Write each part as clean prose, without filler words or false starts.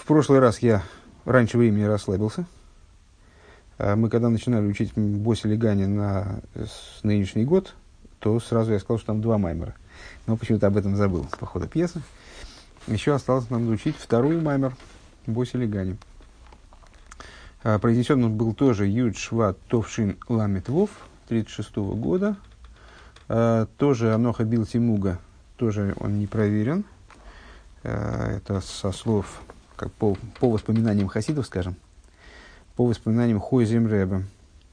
В прошлый раз я раньше времени расслабился. Мы когда начинали учить Боси Легани на нынешний год, то сразу я сказал, что там 2 маймера. Но почему-то об этом забыл по ходу пьесы. Еще осталось нам учить второй маймер Боси Легани. Произнесен он был тоже Юд Шват Товшин Ламит Вов 1936 года. Тоже Аноха Бил Тимуга, тоже он не проверен. Это со слов, как по воспоминаниям хасидов, скажем, по воспоминаниям Хойзем Ребе.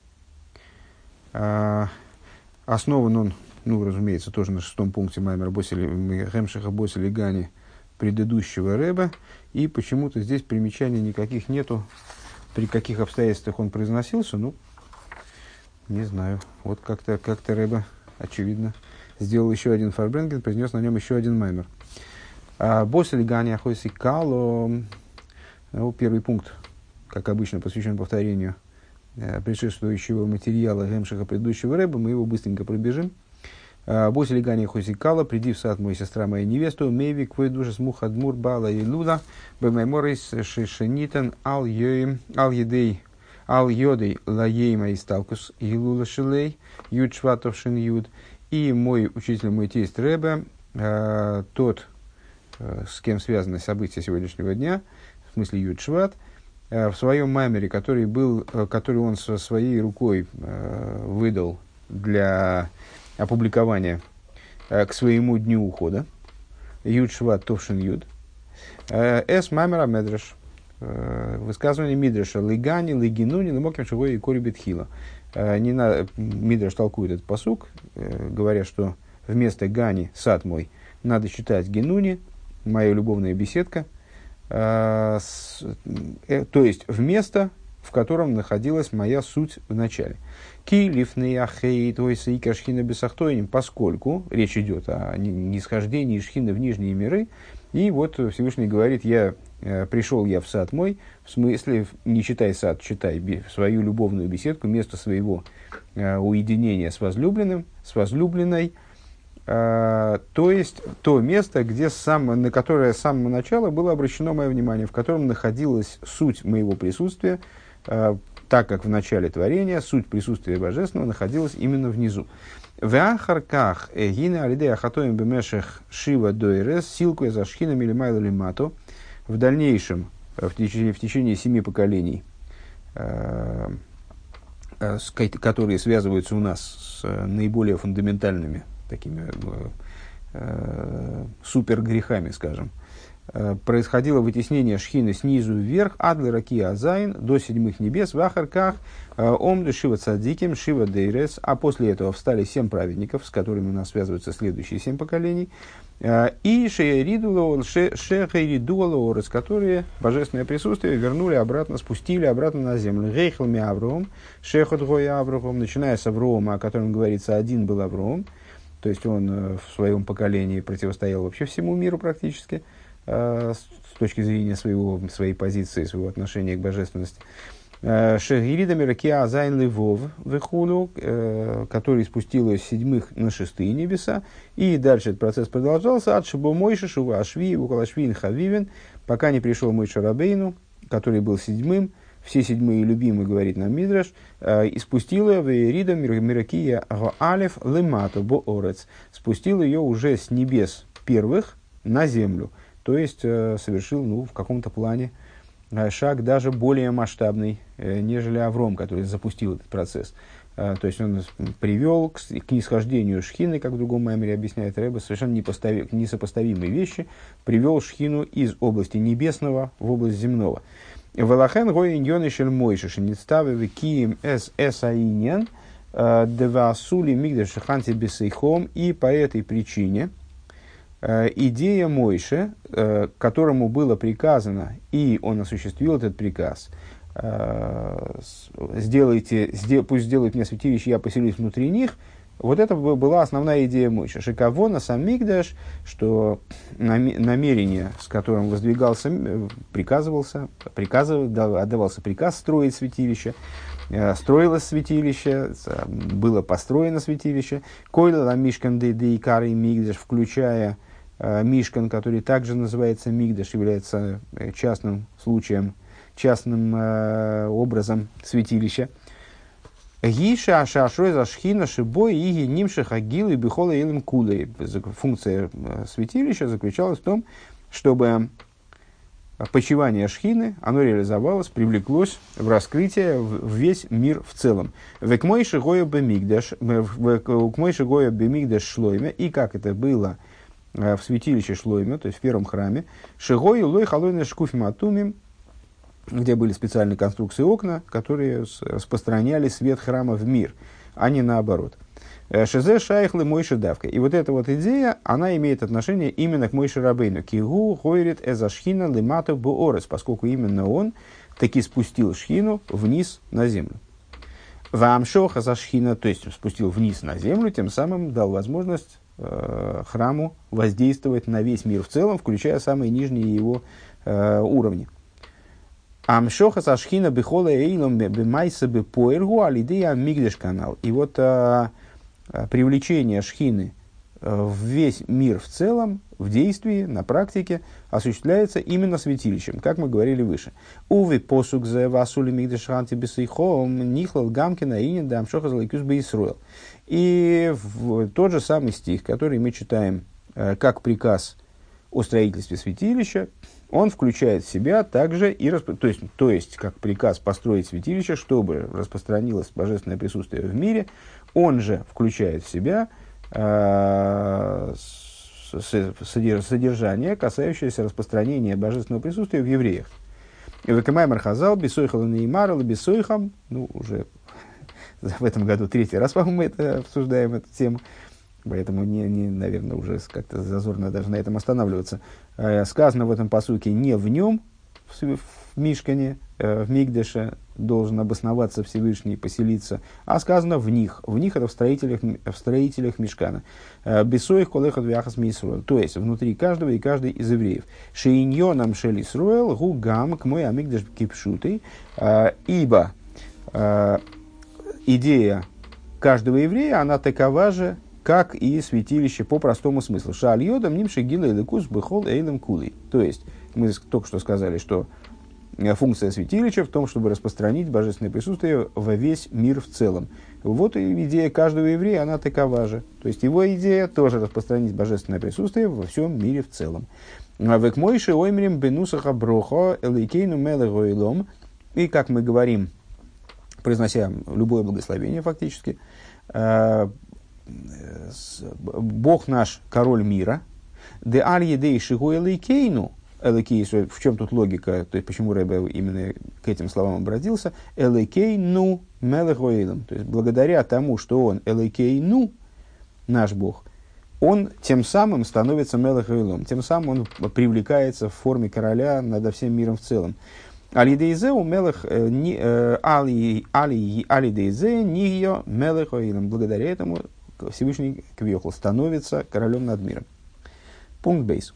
Основан он, разумеется, тоже на 6-м пункте Маймера Гемшиха Боси Легани предыдущего Ребе. И почему-то здесь примечаний никаких нету, при каких обстоятельствах он произносился. Не знаю. Вот как-то Ребе, очевидно, сделал еще один фарбренген, произнес на нем еще один маймер. Боси Легани Ахойси Кало. Первый пункт, как обычно, посвящен повторению предшествующего материала Гемшиха предыдущего Ребе. Мы его быстренько пробежим. Боси Легани Ахойси Кало. Приди в сад, мой сестра, моя невесту. Мейви квой душа смухадмур бала и луда. Бэмайморис шишенитан ал едей лаейма и сталкус илула шилей. Юд шватовшин юд. И мой учитель, мой тесть Ребе, тот, с кем связаны события сегодняшнего дня, в смысле Юд Шват, в своем маймере, который он со своей рукой выдал для опубликования к своему дню ухода, Юд Шват Товшин Юд, эс маймера медреш, высказывание мидреша лигани, лигинуни, лымоким шивой и кори бетхила. Мидреш толкует этот пасук, говоря, что вместо гани, сад мой, надо читать генуни, моя любовная беседка, то есть в место, в котором находилась моя суть в начале. Поскольку речь идет о нисхождении шхины в нижние миры, и вот Всевышний говорит, пришел я в сад мой, в смысле, не читай сад, читай свою любовную беседку, место своего уединения с возлюбленным, с возлюбленной, то есть то место, на которое с самого начала было обращено мое внимание, в котором находилась суть моего присутствия, так как в начале творения суть присутствия Божественного находилась именно внизу. В ахарках гина алидея хатоим бемешех шива дойрес силку из ашхина милимайла лимато. В дальнейшем, в течение 7 поколений, которые связываются у нас с наиболее фундаментальными такими супергрехами, скажем, происходило вытеснение шхины снизу вверх, адлы раки азайн, до 7 небес, в ахарках, омду шива цадиким, шива дейрес, а после этого встали 7 праведников, с которыми у нас связываются следующие 7 поколений, и шехайридуалоорес, которые божественное присутствие спустили обратно на землю. Рейхлами Авром, шехотгоя Авром, начиная с Аврома, о котором говорится, один был Авром, то есть он в своем поколении противостоял вообще всему миру практически, с точки зрения своей позиции, своего отношения к божественности. Шегиридами ракия азайн левов вехулу, который спустил из 7 на 6 небеса, и дальше этот процесс продолжался от шибо Мойши шува ашви около швин хавивен, пока не пришел Мойше Рабейну, который был 7-м, все 7 любимые, говорит нам Мидраш, и спустил ее в Ирида миракия алеф лемато боорец, спустил ее уже с небес первых на землю, то есть совершил в каком-то плане шаг даже более масштабный, нежели Авром, который запустил этот процесс. То есть он привел к нисхождению шхины, как в другом маймере объясняет Ребе, совершенно несопоставимые вещи, привел шхину из области небесного в область земного. Валахен гоин йонишель мойши шенитставе векиим эс эсаиньян девасули мигдеш шаханти бесейхом, и по этой причине идея Мойше, которому было приказано, и он осуществил этот приказ, пусть сделают мне святилище, я поселюсь внутри них, вот это была основная идея Мойше. Шикавона самигдаш, что намерение, с которым отдавался приказ строить святилище, строилось святилище, было построено святилище, койла мишкан дейкары мигдаш, включая Мишкан, который также называется Мигдаш, является частным случаем, частным образом святилища. Гиша ашашрой зашхина шибой и нимших агилы бихола илым кулей. Функция святилища заключалась в том, чтобы почивание шхины, оно реализовалось, привлеклось в раскрытие в весь мир в целом. Векмойши гоя бемигдаш шлойме, и как это было в святилище Шлойме, то есть в первом храме, шигой лой халойна шкуфим атумим, где были специальные конструкции окна, которые распространяли свет храма в мир, а не наоборот. Шезе шайхлы Мойши давка. И вот эта вот идея, она имеет отношение именно к Мойши Рабейну. Кигу хойрит эзашхина лиматов буорес, поскольку именно он таки спустил шхину вниз на землю. Вамшоха зашхина, то есть спустил вниз на землю, тем самым дал возможность храму воздействовать на весь мир в целом, включая самые нижние его уровни. Амшоха сашхина бихола эйлом бемайса бепоэргу алидея мигдеш канал. И вот привлечение шхины в весь мир в целом, в действии, на практике, осуществляется именно святилищем, как мы говорили выше. Увы посук за васули мигдеш ханти бесейхом нихлал гамкина инин да амшоха залайкюс бейсруэл. И тот же самый стих, который мы читаем как приказ о строительстве святилища, он включает в себя также и то есть как приказ построить святилище, чтобы распространилось божественное присутствие в мире, он же включает в себя содержание, касающееся распространения божественного присутствия в евреях. Векамаймар хазал бисойхал неймарал бисойхам, уже в этом году третий раз, по-моему, мы это обсуждаем эту тему. Поэтому, наверное, уже как-то зазорно даже на этом останавливаться. Сказано в этом пасуке не в нем, в Мишкане, в Мигдеше должен обосноваться Всевышний, поселиться, а сказано в них. В них это в строителях Мишкана. Бесоих колехот вяхас мисруэл. То есть, внутри каждого и каждой из евреев. Шейньонам шели сруэл гугам к мой амигдеш кипшутый. Ибо идея каждого еврея, она такова же, как и святилище по простому смыслу. Шаальйодам нимши гила и лекус бихол эйлем кулей. То есть, мы только что сказали, что функция святилища в том, чтобы распространить божественное присутствие во весь мир в целом. Вот и идея каждого еврея, она такова же. То есть, его идея тоже распространить божественное присутствие во всем мире в целом. Век мойши оймрим бенусаха брохо элейкейну мелэгойлом. И, как мы говорим, произнося любое благословение фактически, Бог наш, король мира, де аль едей шигу элейкейну, в чем тут логика, то есть почему Ребе именно к этим словам обратился, элейкейну мелэгоэлем, то есть благодаря тому, что он элейкейну, наш Бог, он тем самым становится мелэгоэлем, тем самым он привлекается в форме короля над всем миром в целом. Алидейзеу мелех алидейзе нигьо мелэгоэлем, благодаря этому Всевышний Квиохл становится королем над миром. Пункт бейс.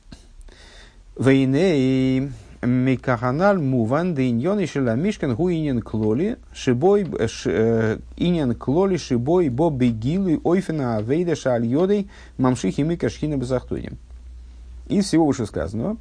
Вейней микаханал муван дейньон и шела мишкан гу инен клоли шибой инен клоли шибой бо бегилу ойфена авейда шальёдой мамшихи микашхина безахтудим. Из всего вышесказанного,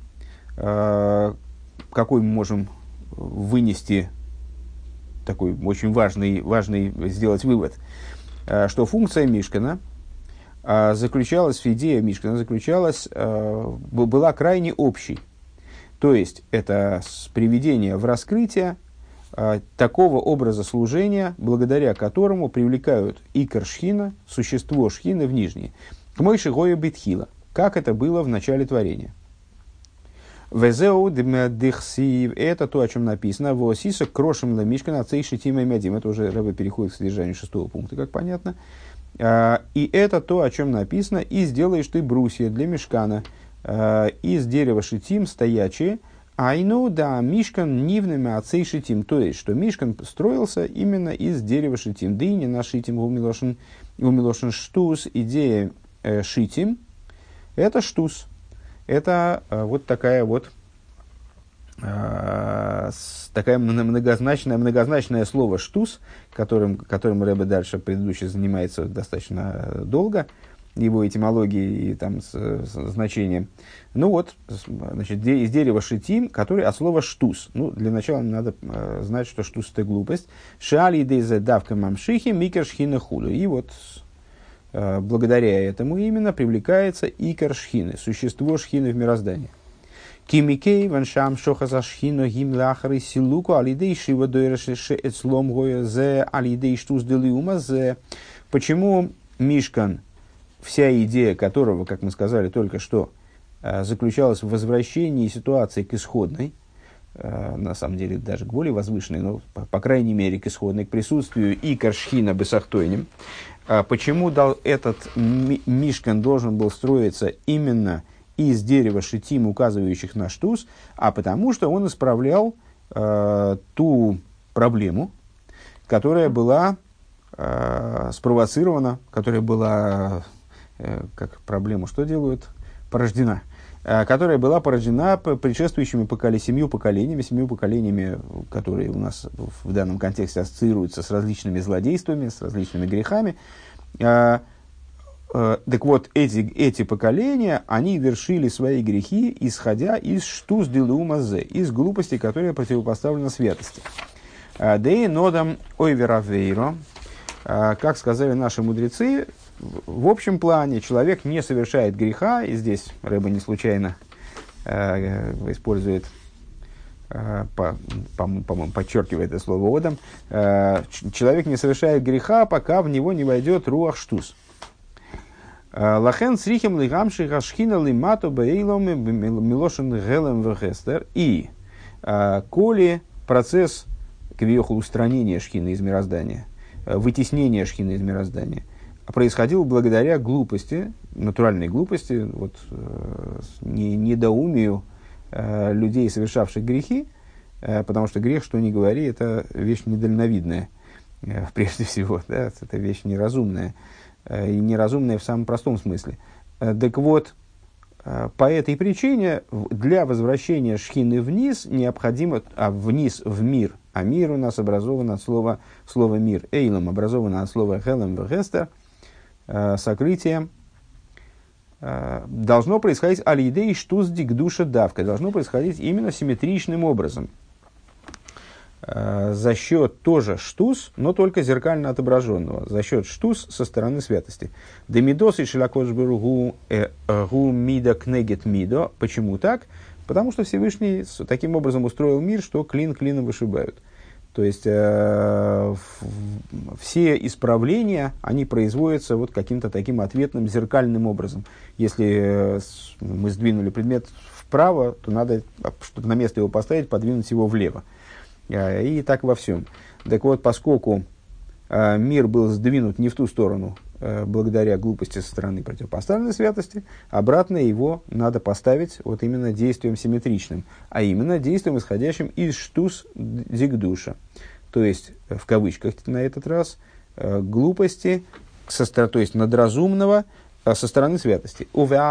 какой мы можем вынести такой очень важный сделать вывод, что функция Мишкана заключалась, идея Мишкана заключалась, была крайне общей. То есть, это приведение в раскрытие такого образа служения, благодаря которому привлекают икор шхина, существо шхины в нижние. К мойши гоя битхила, как это было в начале творения. Везеу дихсив, это то, о чем написано. Восиса крошем ла мишкана цейши тима мядим. Это уже Ребе переходит к содержанию 6 пункта, как понятно. И это то, о чем написано. И сделаешь ты брусья для мишкана из дерева шитим стоячие. Айну да мишкан нивными ацей шитим. То есть, что мишкан строился именно из дерева шитим. Дыни на шитим умилошен штус. Идея шитим – это штус. Это вот такая многозначное слово «штус», которым Ребе дальше предыдущий занимается достаточно долго, его этимологии и там значения. Ну вот, значит, из дерева шитим, который от слова штус. Ну, для начала надо знать, что штус это глупость. Шали дейзе давка мамшихи микер шхина худу. И вот благодаря этому именно привлекается икар шхины, существо шхины в мироздании. Кимикей ваншам шохаза шхину гимлахары силуку алидей шива дойрашеше эцлом гоя зе алидей штус делиума зе. Почему Мишкан, вся идея которого, как мы сказали только что, заключалась в возвращении ситуации к исходной, на самом деле даже к более возвышенной, но по крайней мере к исходной, к присутствию икар шхина бесахтойним. Почему этот Мишкан должен был строиться именно из дерева шитим, указывающих на штус? А потому что он исправлял ту проблему, которая была спровоцирована, которая была, как проблему что делают, порождена, которая была порождена предшествующими 7 поколениями, которые у нас в данном контексте ассоциируются с различными злодействами, с различными грехами. Так вот, эти поколения, они вершили свои грехи, исходя из штус делума зе, из глупости, которая противопоставлена святости. Дей нодам ойверавейро, как сказали наши мудрецы, в общем плане человек не совершает греха, и здесь Рэбе не случайно использует, по-моему, подчеркивает это слово «одам», человек не совершает греха, пока в него не войдет руах штус. Лахен срихем лигамши гашхина лимату бейлом милошен гелем вехестер. И коли процесс квиоху устранения шхины из мироздания, вытеснения шхины из мироздания, происходил благодаря глупости, натуральной глупости, вот, недоумию людей, совершавших грехи, потому что грех, что ни говори, это вещь недальновидная, прежде всего, да, это вещь неразумная, и неразумная в самом простом смысле. Так вот, по этой причине для возвращения шхины вниз необходимо, вниз в мир, а мир у нас образован от слова мир, эйлом образован от слова хелем вегестер, сокрытие, должно происходить алидей штус дикдуша давка, должно происходить именно симметричным образом, за счет тоже штус, но только зеркально отображенного, за счет штус со стороны святости. Демидос и шилакош беругу гу мида кнегет мидо. Почему так? Потому что Всевышний таким образом устроил мир, что клин клином вышибают. То есть все исправления, они производятся вот каким-то таким ответным зеркальным образом. Если мы сдвинули предмет вправо, то надо, чтобы на место его поставить, подвинуть его влево. И так во всем. Так вот, поскольку мир был сдвинут не в ту сторону, благодаря глупости со стороны противопоставленной святости, обратно его надо поставить вот именно действием симметричным, а именно действием, исходящим из штус дикдуша. То есть, в кавычках на этот раз, глупости, то есть надразумного со стороны святости.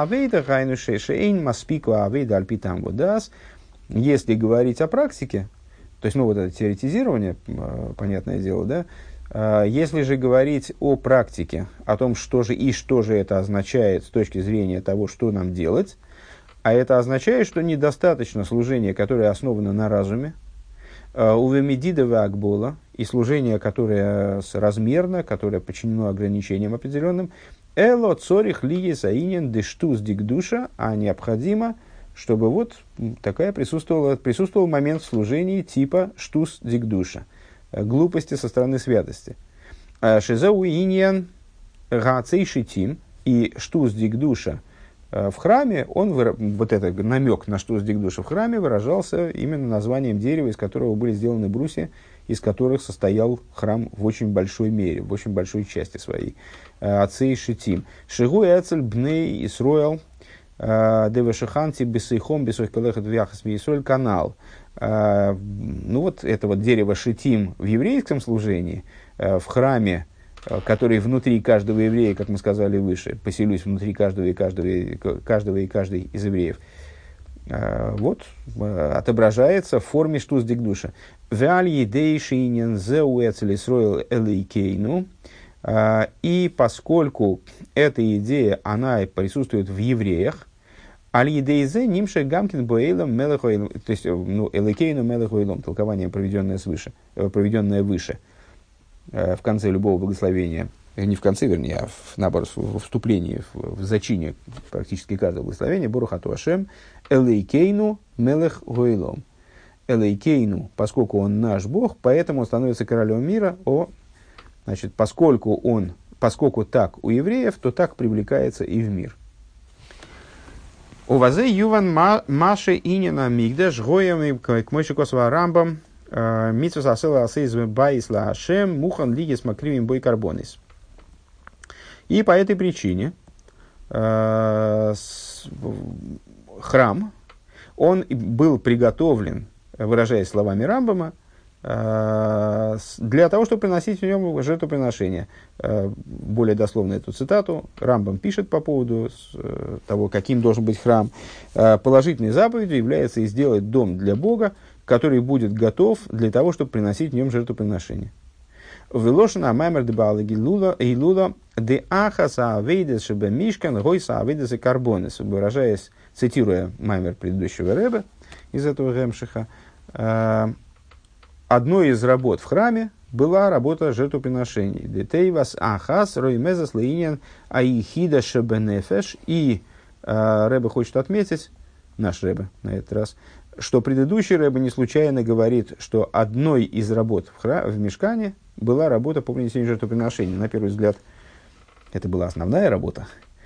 Если говорить о практике, то есть, ну, вот это теоретизирование, понятное дело, да. Если же говорить о практике, о том, что же это означает с точки зрения того, что нам делать, а это означает, что недостаточно служения, которое основано на разуме, увемедидова акбола, и служение, которое размерно, которое подчинено ограничениям определенным, эло цорих лиги саинен дештус дикдуша, а необходимо, чтобы вот такая присутствовал момент в служении типа штус дикдуша, глупости со стороны святости. Шизау иньян гацей шитим, и штус дикдуша в храме, вот этот намек на штус дикдуша в храме выражался именно названием дерева, из которого были сделаны брусья, из которых состоял храм в очень большой мере, в очень большой части своей. Ацей шитим. Шигу эцель бней Исроэл девешиханти бесейхом бесойхкалехат вяхас вейсоль канал. Ну вот это вот дерево шитим в еврейском служении, в храме, который внутри каждого еврея, как мы сказали выше, поселюсь внутри каждого и каждой из евреев, вот отображается в форме штус дикдуша. И поскольку эта идея, она присутствует в евреях, аль-едейзе нимше гамкин боэйлом мелехойлом, то есть элейкейну мелехойлом, толкование, проведенное выше, в конце любого благословения, не в конце, вернее, а наоборот, в вступлении, в зачине практически каждого благословения, Борухату Ашем, элейкейну мелехойлом. Элейкейну, поскольку он наш Бог, поэтому он становится королем мира, значит, поскольку так у евреев, то так привлекается и в мир. У вазе юван маши инина мигдаш гоями к мойши косва рамбам митсус асела асейз байсла ашем мухан лигис макривим бой карбонис. И по этой причине храм, он был приготовлен, выражаясь словами Рамбама, для того, чтобы приносить в нем жертвоприношение. Более дословно эту цитату Рамбам пишет по поводу того, каким должен быть храм. Положительной заповедью является и сделать дом для Бога, который будет готов для того, чтобы приносить в нем жертвоприношение. Велошина маймер де баала гилула де ахаса авейдес шебе мишкан гойса авейдес и карбонес. Выражаясь, цитируя маймер предыдущего ребе из этого гемшиха, одной из работ в храме была работа жертвоприношений. Детейвас ахас роймезас лейнен аихида шебенефеш. И ребе хочет отметить, наш ребе на этот раз, что предыдущий ребе не случайно говорит, что одной из работ в мишкане была работа по принесению жертвоприношений. На первый взгляд, это была основная работа.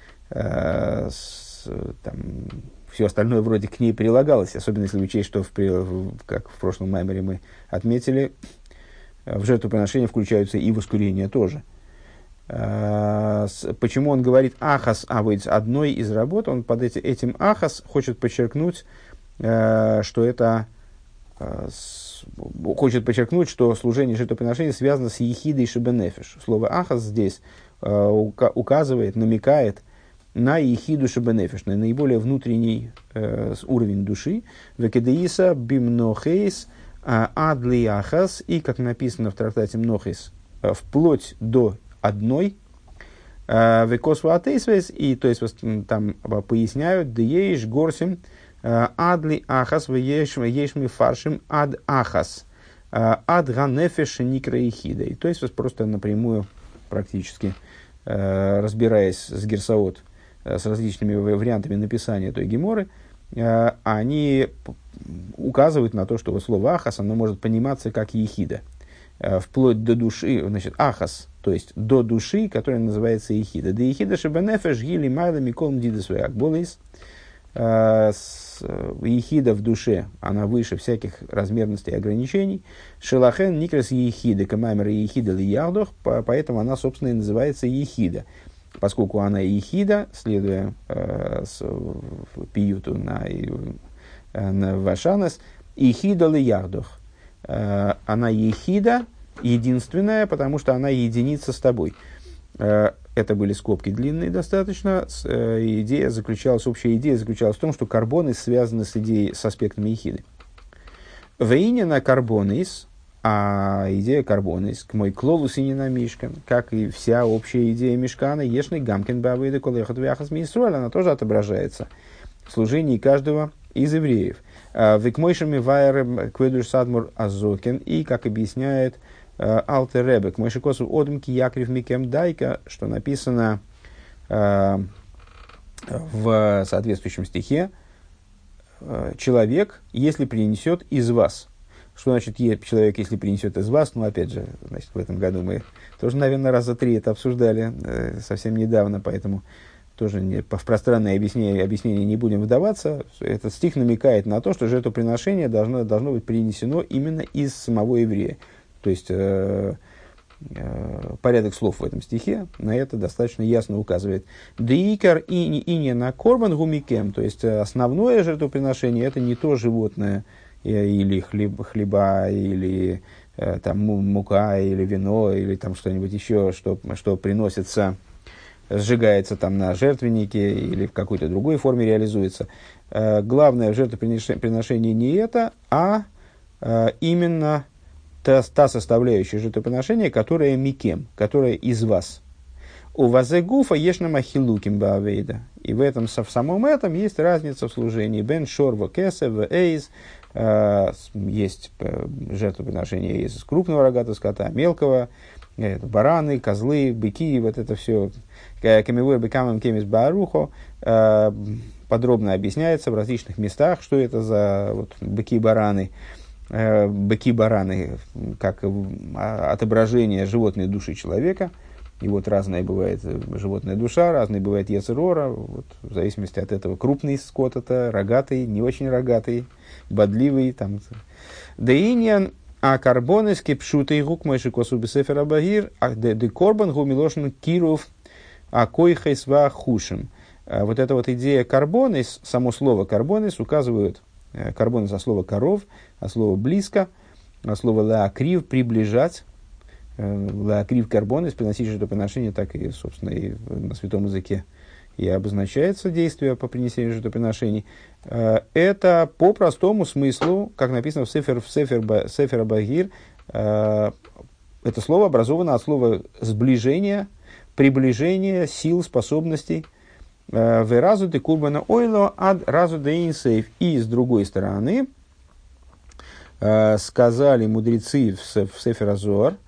Все остальное вроде к ней прилагалось, особенно если учесть, что, как в прошлом маймере мы отметили, в жертвоприношения включаются и воскурения тоже. Почему он говорит «ахас авойц» одной из работ? Он под этим «ахас» хочет подчеркнуть, что служение жертвоприношения связано с ехидой шебенефеш. Слово «ахас» здесь указывает, намекает на ехиду шебенефеш, на наиболее внутренний уровень души. Векедеиса бимнохейс адли ахас, и, как написано в трактате Мнохейс, вплоть до одной. Векосву атейсвейс, и то есть там поясняют, дееш горсим адли ахас веешми фаршим ад ахас ад ганефеш никра ехидой. То есть просто напрямую, практически разбираясь с герсаот, с различными вариантами написания той геморы, они указывают на то, что слово «ахас» оно может пониматься как «ехида», вплоть до души, значит, «ахас», то есть до души, которая называется «ехида». «Да ехида шебенефеш гили майла микол мдидес веакболейс». Ехида в душе, она выше всяких размерностей и ограничений. «Шелахен никрес ехида, камаймер ехида ли яхдох», поэтому она, собственно, и называется «ехида». Поскольку она ехида, следуя пиюту на Вашанас, ехида ли яхдох. Она ехида, единственная, потому что она единица с тобой. Это были скобки длинные достаточно. Общая идея заключалась в том, что карбоны связаны с аспектами ехиды. Вейнина карбонис, а идея карбонис, к мой клолус и не на мишкан, как и вся общая идея мишкана, ешный гамкин бавыды колехат вяхас мисруэль, она тоже отображается в служении каждого из евреев. Векмойшами вайрем кведуш садмур азокин, и, как объясняет Алтер Ребе, к мойшикосу одмки якрив микем дайка, что написано в соответствующем стихе, человек, если принесет из вас. Что значит человек, если принесет из вас? Ну, опять же, значит, в этом году мы тоже, наверное, раза 3 это обсуждали совсем недавно, поэтому тоже в пространное объяснение не будем вдаваться. Этот стих намекает на то, что жертвоприношение должно быть принесено именно из самого еврея. То есть порядок слов в этом стихе на это достаточно ясно указывает. Деикар и не на корбан гумикем, то есть основное жертвоприношение это не то животное или хлеба, или там мука, или вино, или там что-нибудь еще, что приносится, сжигается там на жертвеннике или в какой-то другой форме реализуется. Главное в жертвоприношении не это, а именно та составляющая жертвоприношения, которая микем, которая из вас. У вазегуфа ешна махилуким баавейда. И в самом этом есть разница в служении. Бен шорва кесев эйз. Есть жертвоприношения из крупного рогатого скота, мелкого, бараны, козлы, быки, вот это все. Камевой быкамам кемис баарухо. Подробно объясняется в различных местах, что это за быки-бараны. Быки-бараны как отображение животной души человека. И вот разная бывает животная душа, разная бывает йецер ора, вот, в зависимости от этого. Крупный скот это, рогатый, не очень рогатый, бодливый. Там. Деиньян, а карбонес кепшутый гук мойши косу бесефер абагир, а де корбан гумилошн киров, а койхайс ва хушим. Вот эта вот идея карбонес, само слово карбонес указывает, карбонес от слова коров, от слова близко, от слова лаакрив, приближать. Лаакрив карбонес, приносить жертвоприношение, так и, собственно, и на святом языке и обозначается действие по принесению жертвоприношений. Это по простому смыслу, как написано в Сефер Багир, это слово образовано от слова сближение, приближение сил, способностей. В разу де курбана ойло ад разу де инсейф. И с другой стороны, сказали мудрецы в Сефер Азоар,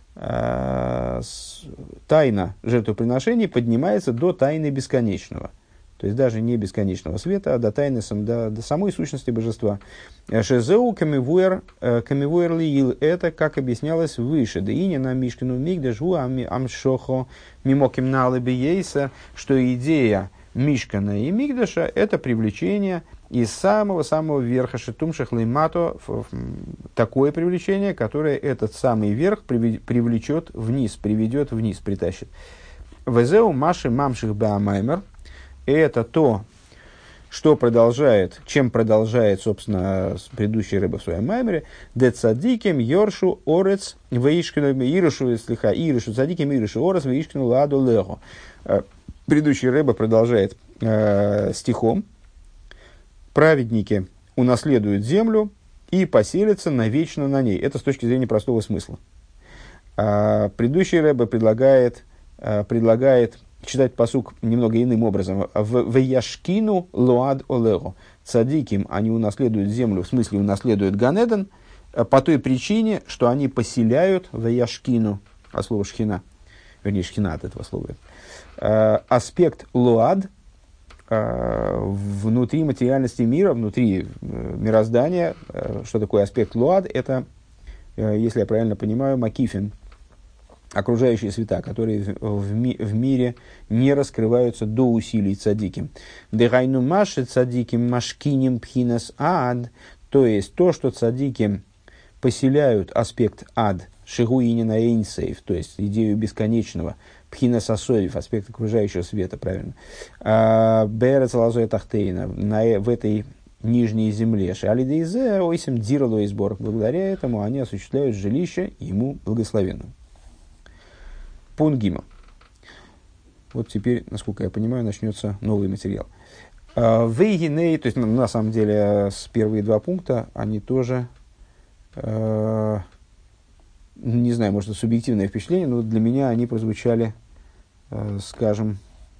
тайна жертвоприношений поднимается до тайны бесконечного. То есть даже не бесконечного света, а до тайны, до самой сущности божества. Шезеу камивуэр лиил. Это, как объяснялось выше. Деиня на мишкину мигдежу амшохо мимоким налыбиейса, что идея мишкана и мигдаша – это привлечение из самого-самого верха шитум шахлеймато, такое привлечение, которое этот самый верх привлечет вниз, приведет вниз, притащит. Везеу маши мамших баамаймер. Это то, что продолжает, чем продолжает, собственно, предыдущий рыба в своем маймере. Де цадиким йоршу орец веишкину ирушу слиха ирушу цадиким ирушу орец веишкину ладу лего. Предыдущий рыба продолжает стихом. Праведники унаследуют землю и поселятся навечно на ней. Это с точки зрения простого смысла. Предыдущий ребе предлагает читать пасук немного иным образом. В яшкину луад олего. Цадиким они унаследуют землю, в смысле унаследуют Ганеден, по той причине, что они поселяют в яшкину, от слова шхина, вернее шхина от этого слова. Аспект луад внутри материальности мира, внутри мироздания. Что такое аспект луад? Это, если я правильно понимаю, макифин, окружающие света, которые в мире не раскрываются до усилий цадиким. Дегайну маши цадиким машкиним пхинас ад, то есть то, что цадиким поселяют аспект ад, шигуинина эйнсейф, то есть идею бесконечного, пхинас асоев, аспект окружающего света, правильно. Берец лазоя тахтейна, в этой нижней земле. Шалидейзе ойсим диралой сбор. Благодаря этому они осуществляют жилище ему благословенным. Пунгима. Вот теперь, насколько я понимаю, начнется новый материал. Вейгиней, то есть на самом деле с первые два пункта, они тоже, не знаю, может это субъективное впечатление, но для меня они прозвучали, скажем,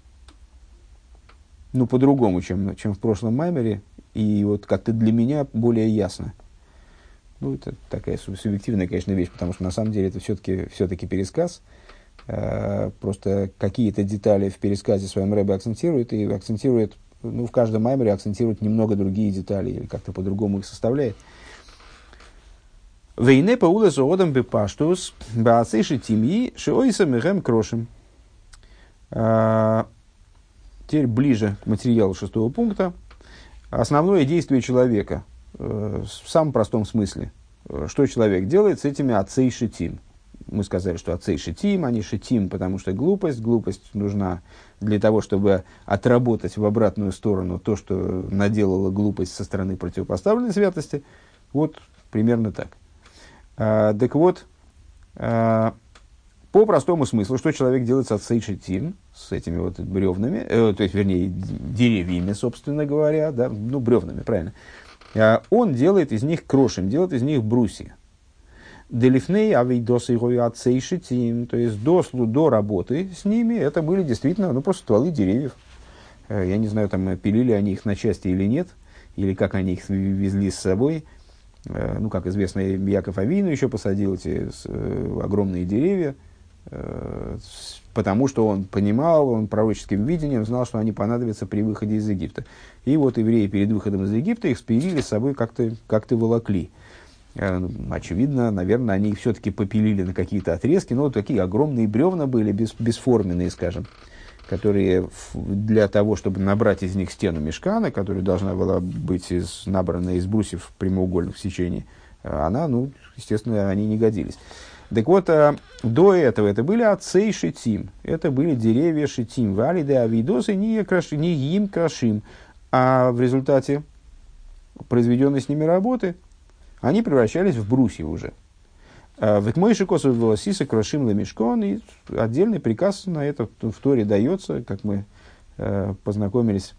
по-другому, чем в прошлом маймере, и вот как-то для меня более ясно. Это такая субъективная, конечно, вещь, потому что на самом деле это все-таки пересказ. Просто какие-то детали в пересказе своем Ребе акцентирует, и акцентирует, в каждом маймере акцентирует немного другие детали, или как-то по-другому их составляет. Вейне паула зоодам бепаштус баацейши тимьи шиойса мехем крошим. Теперь ближе к материалу 6-го пункта. Основное действие человека в самом простом смысле. Что человек делает с этими ацей шитим? Мы сказали, что ацей шитим, они шитим, потому что глупость нужна для того, чтобы отработать в обратную сторону то, что наделала глупость со стороны противопоставленной святости. Вот примерно так. Так вот, по простому смыслу, что человек делает с ацей шитим, с этими вот бревнами, то есть, вернее, деревьями, собственно говоря, да, бревнами, правильно. Он делает из них крошим, делает из них брусья. Делифней авейдосы гояцейшитим, то есть до работы с ними, это были действительно просто стволы деревьев. Я не знаю, там пилили они их на части или нет, или как они их везли с собой. Как известно, Яков Авину еще посадил эти огромные деревья, потому что он понимал, он пророческим видением знал, что они понадобятся при выходе из Египта. И вот евреи перед выходом из Египта их спилили с собой, как-то волокли. Очевидно, наверное, они их все-таки попилили на какие-то отрезки, но вот такие огромные бревна были, бесформенные, скажем, которые для того, чтобы набрать из них стену мишкана, которая должна была быть набрана из брусьев прямоугольных в сечении, естественно, они не годились. Так вот, до этого это были отцей шитим, это были деревья шитим, валиды авидосы не им крашим, а в результате произведенной с ними работы они превращались в брусья уже. В Мойше Косов Велосиса Крашим Ламишкон, и отдельный приказ на это в Торе дается, как мы познакомились,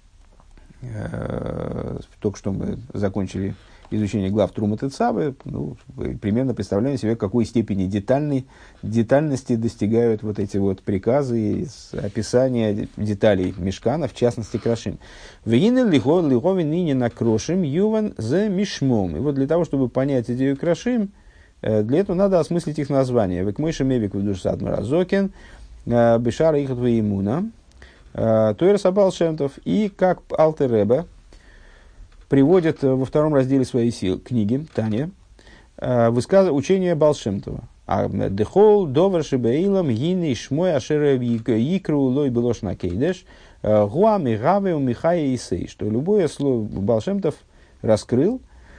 только что мы закончили изучение глав Трумат и Цавы, примерно представляем себе, в какой степени детальности достигают вот эти вот приказы и описания деталей мишкана, в частности Крашим. Вегинен лиховин ныне на Крошим юван за мишмом. И вот для того, чтобы понять идею Крашим, для этого надо осмыслить их название. Векмойша мевик вдушсад маразокен, бешара ихат ваимуна, тойра сабал шемтов. И как Алтер Ребе приводит во втором разделе своей книги, Таня, учение Баал Шем Това. Дехол довар шебеилам гини шмой ашер икру лой белош на кейдеш гуам и гаве у михая исей. Что любое слово Баал Шем Тов раскрыл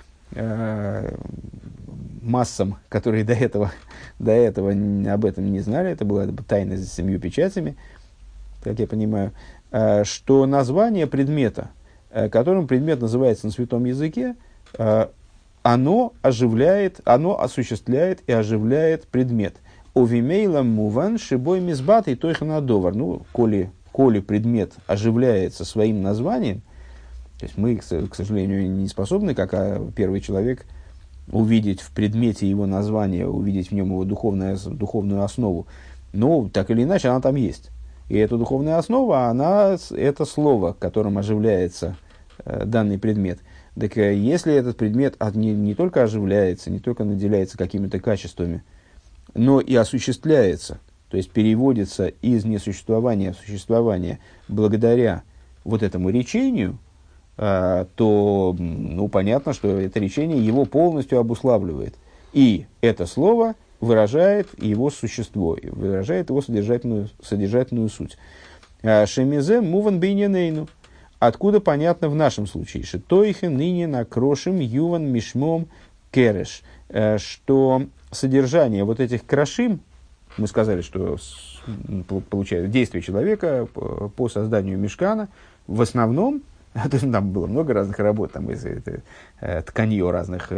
массам, которые до этого об этом не знали, это была тайна за 7 печатями, как я понимаю, что название предмета, которым предмет называется на святом языке, оно осуществляет и оживляет предмет. Овимейлам муван шибой мизбат и тойханадовар. Коли предмет оживляется своим названием, то есть мы, к сожалению, не способны, как первый человек, увидеть в предмете его название, увидеть в нем его духовную основу. Но так или иначе она там есть. И эта духовная основа, это слово, которым оживляется данный предмет. Так если этот предмет не только оживляется, не только наделяется какими-то качествами, но и осуществляется, то есть переводится из несуществования в существование благодаря вот этому речению, то понятно, что это речение его полностью обуславливает. И это слово выражает его существо, выражает его содержательную суть. Шемизе муван бейненейну. Откуда понятно в нашем случае, что тойхен ныне накрошим юван мишмом кереш, что содержание вот этих крашим, мы сказали, что получается действие человека по созданию мишкана, в основном, там было много разных работ, там тканье разных,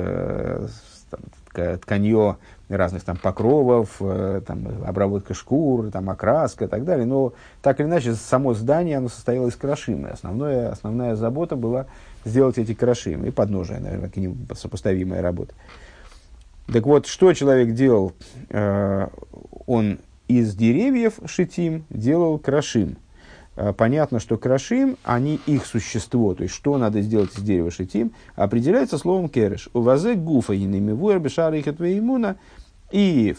тканье разных там покровов, там, обработка шкур, там, окраска и так далее. Но так или иначе, само здание оно состояло из крашим. Основная забота была сделать эти крашим. И подножие, наверное, к ним сопоставимая работа. Так вот, что человек делал? Он из деревьев шитим делал крашим. Понятно, что крашим, их существо, то есть что надо сделать из дерева шитим, определяется словом кереш. Увазе гуфа иными вуэрбешара ихат веймуна. И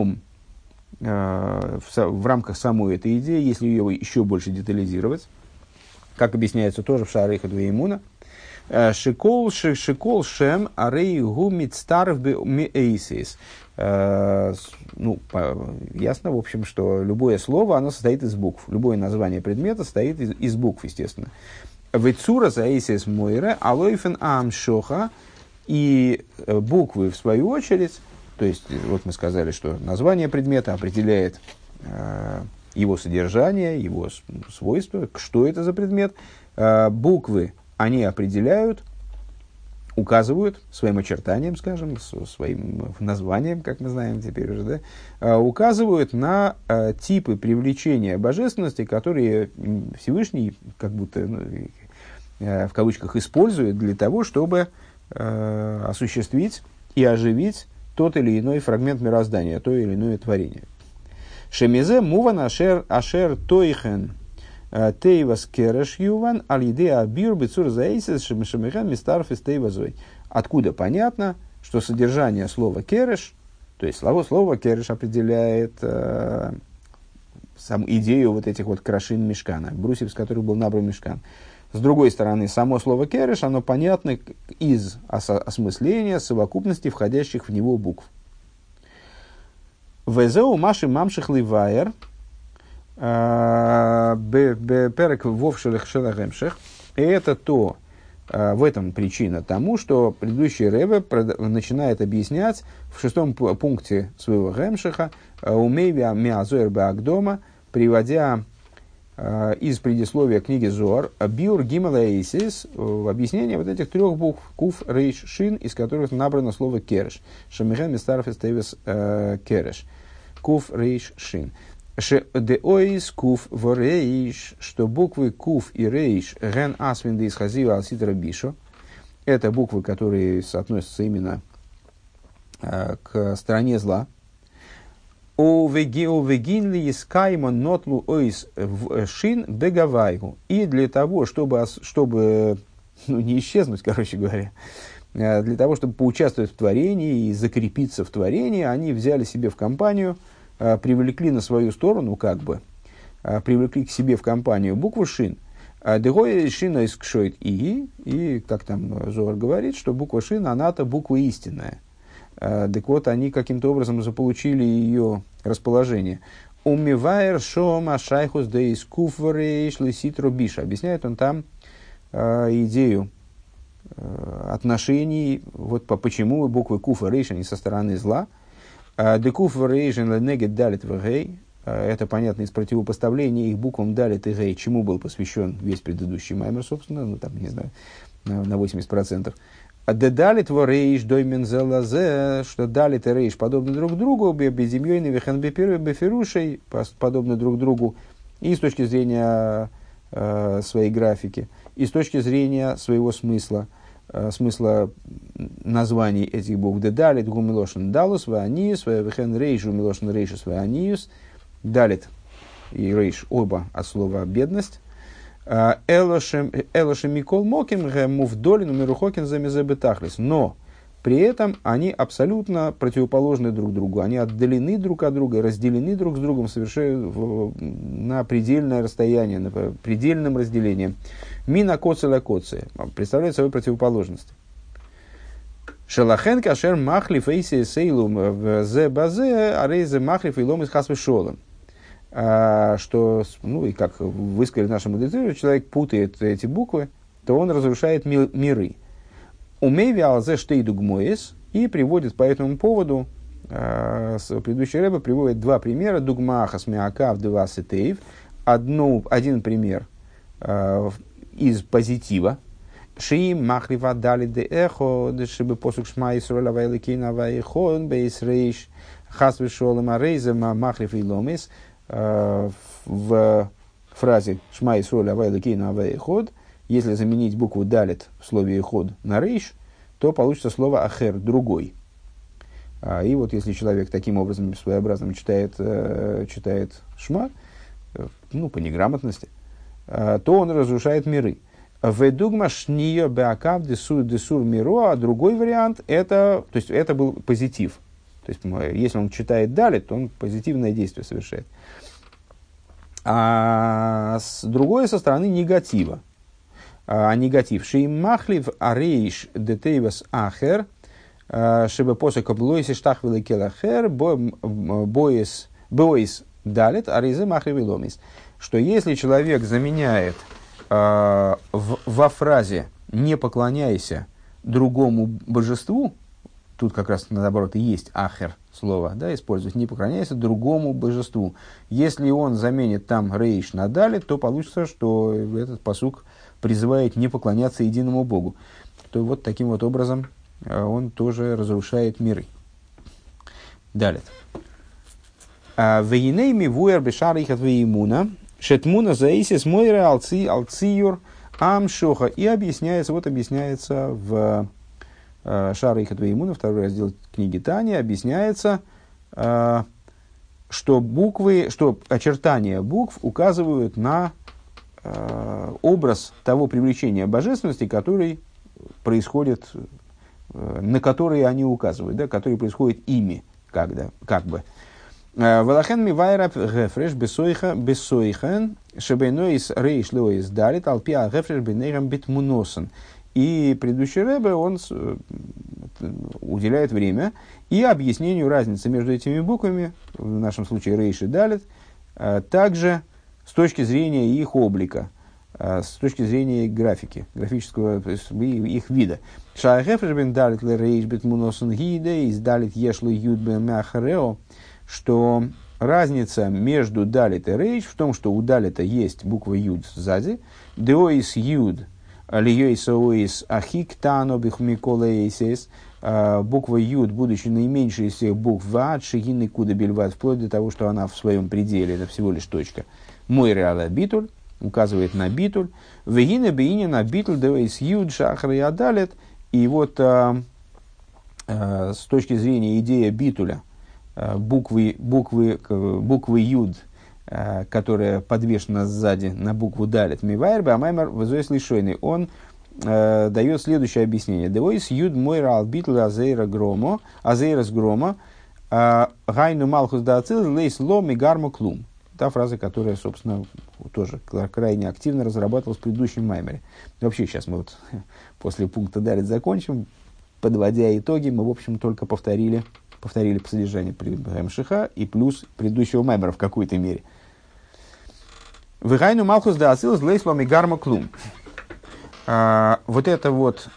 в рамках самой этой идеи, если ее еще больше детализировать, как объясняется тоже в Шаара ихат веймуна, шикол шем арей гу мицтарв миэйсис. Ясно, в общем, что любое слово, оно состоит из букв. Любое название предмета состоит из букв, естественно. Вецура заэйсис мойре алойфен амшоха. И буквы, в свою очередь, то есть, вот мы сказали, что название предмета определяет его содержание, его свойства, что это за предмет. Буквы, они определяют, указывают своим очертанием, скажем, своим названием, как мы знаем теперь уже, да, указывают на типы привлечения божественности, которые Всевышний, как будто, в кавычках, использует для того, чтобы осуществить и оживить тот или иной фрагмент мироздания, то или иное творение. Шемизе муван ашер тойхен тейвас кереш юван алидеа бир бицур заисес шемишемихан мистарфис тейвазой. Откуда понятно, что содержание слова кереш, то есть слово кереш определяет саму идею вот этих вот крашин мишкана, брусьев, из которых был набран мишкан. С другой стороны, само слово кереш, оно понятно из осмысления совокупности входящих в него букв. Везеу маши мамших ливайер перек вовшелых шелахемших. И это то, в этом причина тому, что предыдущий Ребе начинает объяснять в 6 пункте своего Гемшиха «Умейвя миазоэр баагдома», приводя из предисловия книги Зоар «Биур гимала эйсис», в объяснение вот этих 3 букв «Куф, Рейш, Шин», из которых набрано слово «кереш». «Шамихэн мистарф эстевес кереш». «Куф, Рейш, Шин». Деоис куф в рейш, что буквы куф и рейш ген асвинды из хазива алситра бишо, это буквы, которые относятся именно к стороне зла. О вегинли искаймон нотлу ойс шин бегавайгу. И для того, чтобы не исчезнуть, короче говоря, для того, чтобы поучаствовать в творении и закрепиться в творении, они взяли себе в компанию, привлекли на свою сторону, привлекли к себе в компанию букву шин. Дегой шина из кшойт и, как там Зоар говорит, что буква шин, она-то буква истинная. Так вот, они каким-то образом заполучили ее расположение. Умивайр шома шайхус да из куфварейш лиситро биша. Объясняет он там идею отношений, вот почему буквы куф и рейш, они со стороны зла. Декуф рейшен ленегет далит вгей. Это понятно из противопоставления их буквам далит и гей, чему был посвящен весь предыдущий маймер, собственно, ну там, не знаю, на 80%. Далит рейш доймен зелазе, что далит и рейш подобны друг другу, безимьёйны вехен беферушей, подобны друг другу и с точки зрения своей графики, и с точки зрения своего смысла названий этих букв. Далит гумилошен далус ваниус, вехен рейш гумилошен рейшус ваниус. Далит и рейш оба от слова бедность. Элошем микол моким мувдолин умирухокин замезебетахлис. Но при этом они абсолютно противоположны друг другу. Они отдалены друг от друга, разделены друг с другом совершенно на предельное расстояние, на предельном разделении. Мина коцеля коце представляет собой противоположность. Шелахен кашер махлиф эйси сейлум в зе базе арейзе махлиф и лом из хасвы шолом. Что, ну и как высказали наши мудрецы, человек путает эти буквы, то он разрушает миры. Умейви алзе штейду гмоис, и приводит по этому поводу, предыдущий Ребе приводит 2 примера, дугмаха смеакав два сетеев, один пример из позитива, шиим махлива дали де эхо, чтобы посук шма исроля вайликина вайхон бейс рейш хасвы шолем арейзе махлив и ломис. В фразе «Шма Исроль авай лекейну авай эход», если заменить букву «далит» в слове «эход» на «рейш», то получится слово «ахер» – «другой». И вот если человек таким образом своеобразным читает «шма», ну, по неграмотности, то он разрушает миры. «Ведугма шниё беакав десур миро», а другой вариант – это был позитив. То есть, если он читает «далит», то он позитивное действие совершает. А с другой, со стороны негатива. Негатив. Шиим махлив арейш детейвас ахер, шебе после каблойси штах великел ахер, боис далит, арейзе махлив и ломис. Что если человек заменяет во фразе «не поклоняйся другому божеству», тут как раз наоборот и есть ахер слово, да, использовать, не поклоняйся другому божеству. Если он заменит там рейш на далит, то получится, что этот пасук призывает не поклоняться единому Богу. То вот таким вот образом он тоже разрушает миры. Далит. Вейней мивуэр бешар ихат веймуна, шетмуна заисис мойра алциюр амшоха. И объясняется в Шара Ихат Веймуна, второй раздел книги Тани, объясняется, что очертания букв указывают на образ того привлечения божественности, который происходит, на который они указывают, да, который происходит ими, как бы. Валахен мивайраб гефреш бесойхен шебейноис рейш лоис дарит алпиа гефреш бенейрам битмуносен. И предыдущий Ребе, он уделяет время и объяснению разницы между этими буквами, в нашем случае рейш и далит, также с точки зрения их облика, с точки зрения графики, графического, то есть их вида. Шаахефреш бен далит ле рейш битмуносен гиде из далит ешло юд бен мяхарео, что разница между далит и рейш в том, что у далита есть буква юд сзади, деоис юд, лиёйсоис ахиктано бихмиколейсис, буква юд, будучи наименьшей из всех букв, вад шигины куда бельват, вплоть до того, что она в своем пределе, это всего лишь точка. Мой реала битуль указывает на битуль, вегина бейни на битуль деоис юд шахар и адалит. И вот с точки зрения идеи битуля, буквы юд, которая подвешена сзади на букву далит, мивайрбе, а маймер вызоис лишойный, он дает следующее объяснение. Девойс юд мойра албитл азейра с грома, гайну малхус даацил лейс ло мигармо клум. Та фраза, которая, собственно, тоже крайне активно разрабатывалась в предыдущем маймере. Вообще, сейчас мы вот после пункта далит закончим. Подводя итоги, мы, в общем, только повторили по содержанию МШХ и плюс предыдущего маймера в какой-то мере. Вегайну малхус даацил лейс ло мигармо клум. Вот эта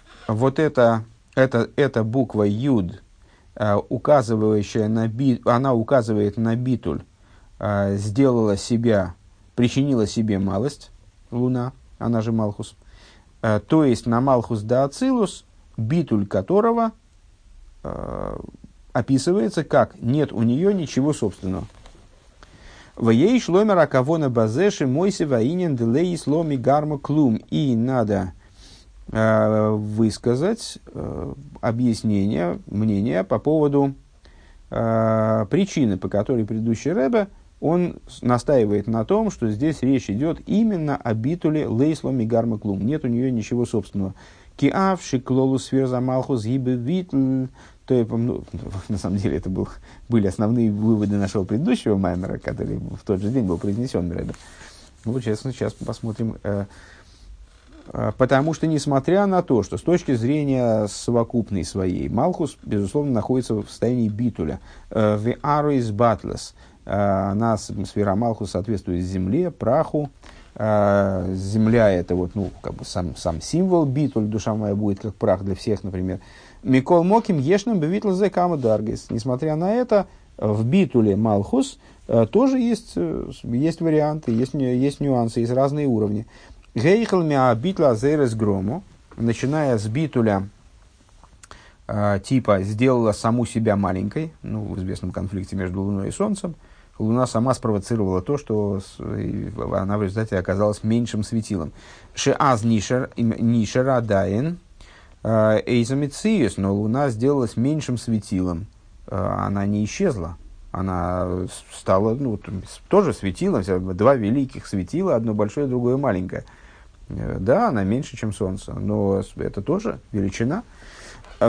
буква юд, указывающая она указывает на битуль, причинила себе малость, луна, она же малхус, то есть на малхус да ацилус, битуль которого описывается как нет у нее ничего собственного. В ей шломера кавона базеши мойси ваинен делей сломи гарма клум. И надо высказать объяснение, мнение по поводу причины, по которой предыдущий Ребе, он настаивает на том, что здесь речь идет именно о битуле лейсломи гарма клум. Нет у нее ничего собственного. Киав шиклолу сферза малхус гибе витль. На самом деле, это были основные выводы нашего предыдущего маймера, который в тот же день был произнесен Ребе. Ну, сейчас посмотрим. Потому что, несмотря на то, что с точки зрения совокупной своей, Малхус, безусловно, находится в состоянии битуля. В Арис Батлес. Она, сфера Малхус, соответствует земле, праху. Земля – это сам символ битуль, душа моя будет как прах для всех, например. Микол Моким ешным бевитл зе кама даргис. Несмотря на это, в битуле Малхус тоже есть варианты, есть нюансы, есть разные уровни. Гейхл миа битла зейрес грому, начиная с битуля типа сделала саму себя маленькой, в известном конфликте между Луной и Солнцем. Луна сама спровоцировала то, что она в результате оказалась меньшим светилом. Шеаз нишера даен эйзамициус, но Луна сделалась меньшим светилом. Она не исчезла. Она стала тоже светилом, два великих светила, одно большое, другое маленькое. Да, она меньше, чем Солнце, но это тоже величина. А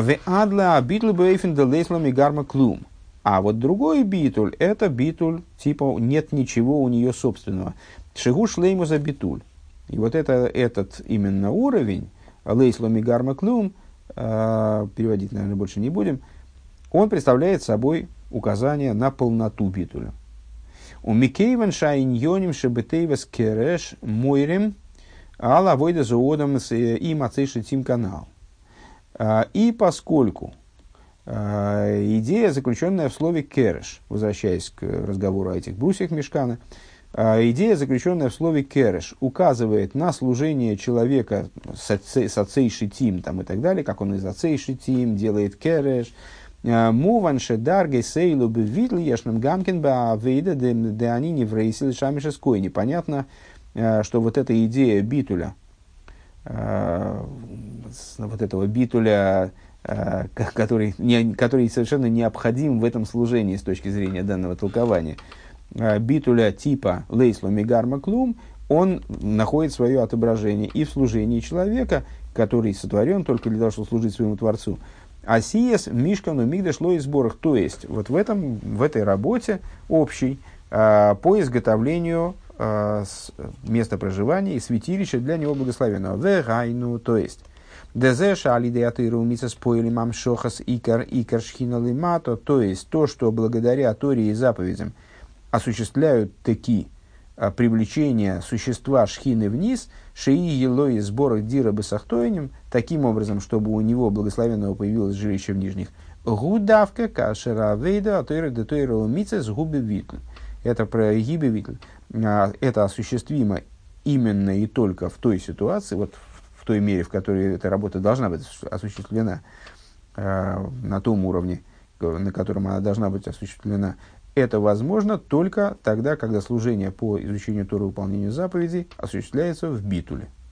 вот другой битуль, это битуль, типа нет ничего у нее собственного. Шигу шлейму за битуль. И вот этот именно уровень, лейсломи гарма клум, переводить, наверное, больше не будем, он представляет собой указание на полноту битуля. У Микейван шайньоним шебетейвас кереш мойрем ала войда зоодом и мацейши тим канал. И поскольку идея, заключенная в слове кереш, возвращаясь к разговору о этих брусьях мишкана, идея, заключенная в слове кереш, указывает на служение человека с ацей шитим там, и так далее, как он из ацей шитим делает кереш. Муванше даргей сейлу бевитл ешным гамкин баавейда де они не врейсили шамишеской. Непонятно, что вот эта идея битуля, вот этого битуля который совершенно необходим в этом служении с точки зрения данного толкования. Битуля типа лейсло мигарма клум, он находит свое отображение и в служении человека, который сотворен только для того, чтобы служить своему Творцу. Асиес мишкану мигдаш ло и сборах. То есть, вот в этой работе общей по изготовлению места проживания и святилища для него благословенного. Вегайну, то есть, дезеша алидеатыру мисас поили мамшохас икар шхина лимато, то есть, то, что благодаря Торе и заповедям осуществляют таки привлечение существа шхины вниз, шеи елои сборах дира бесахтоинем, таким образом, чтобы у него благословенного появилось жилище в нижних. Гудавка кашера вейда атойра детойра умица с губи витль. Это про гиби витль. Это осуществимо именно и только в той ситуации, вот в той мере, в которой эта работа должна быть осуществлена, на том уровне, на котором она должна быть осуществлена. Это возможно только тогда, когда служение по изучению Торы и выполнению заповедей осуществляется в битуле.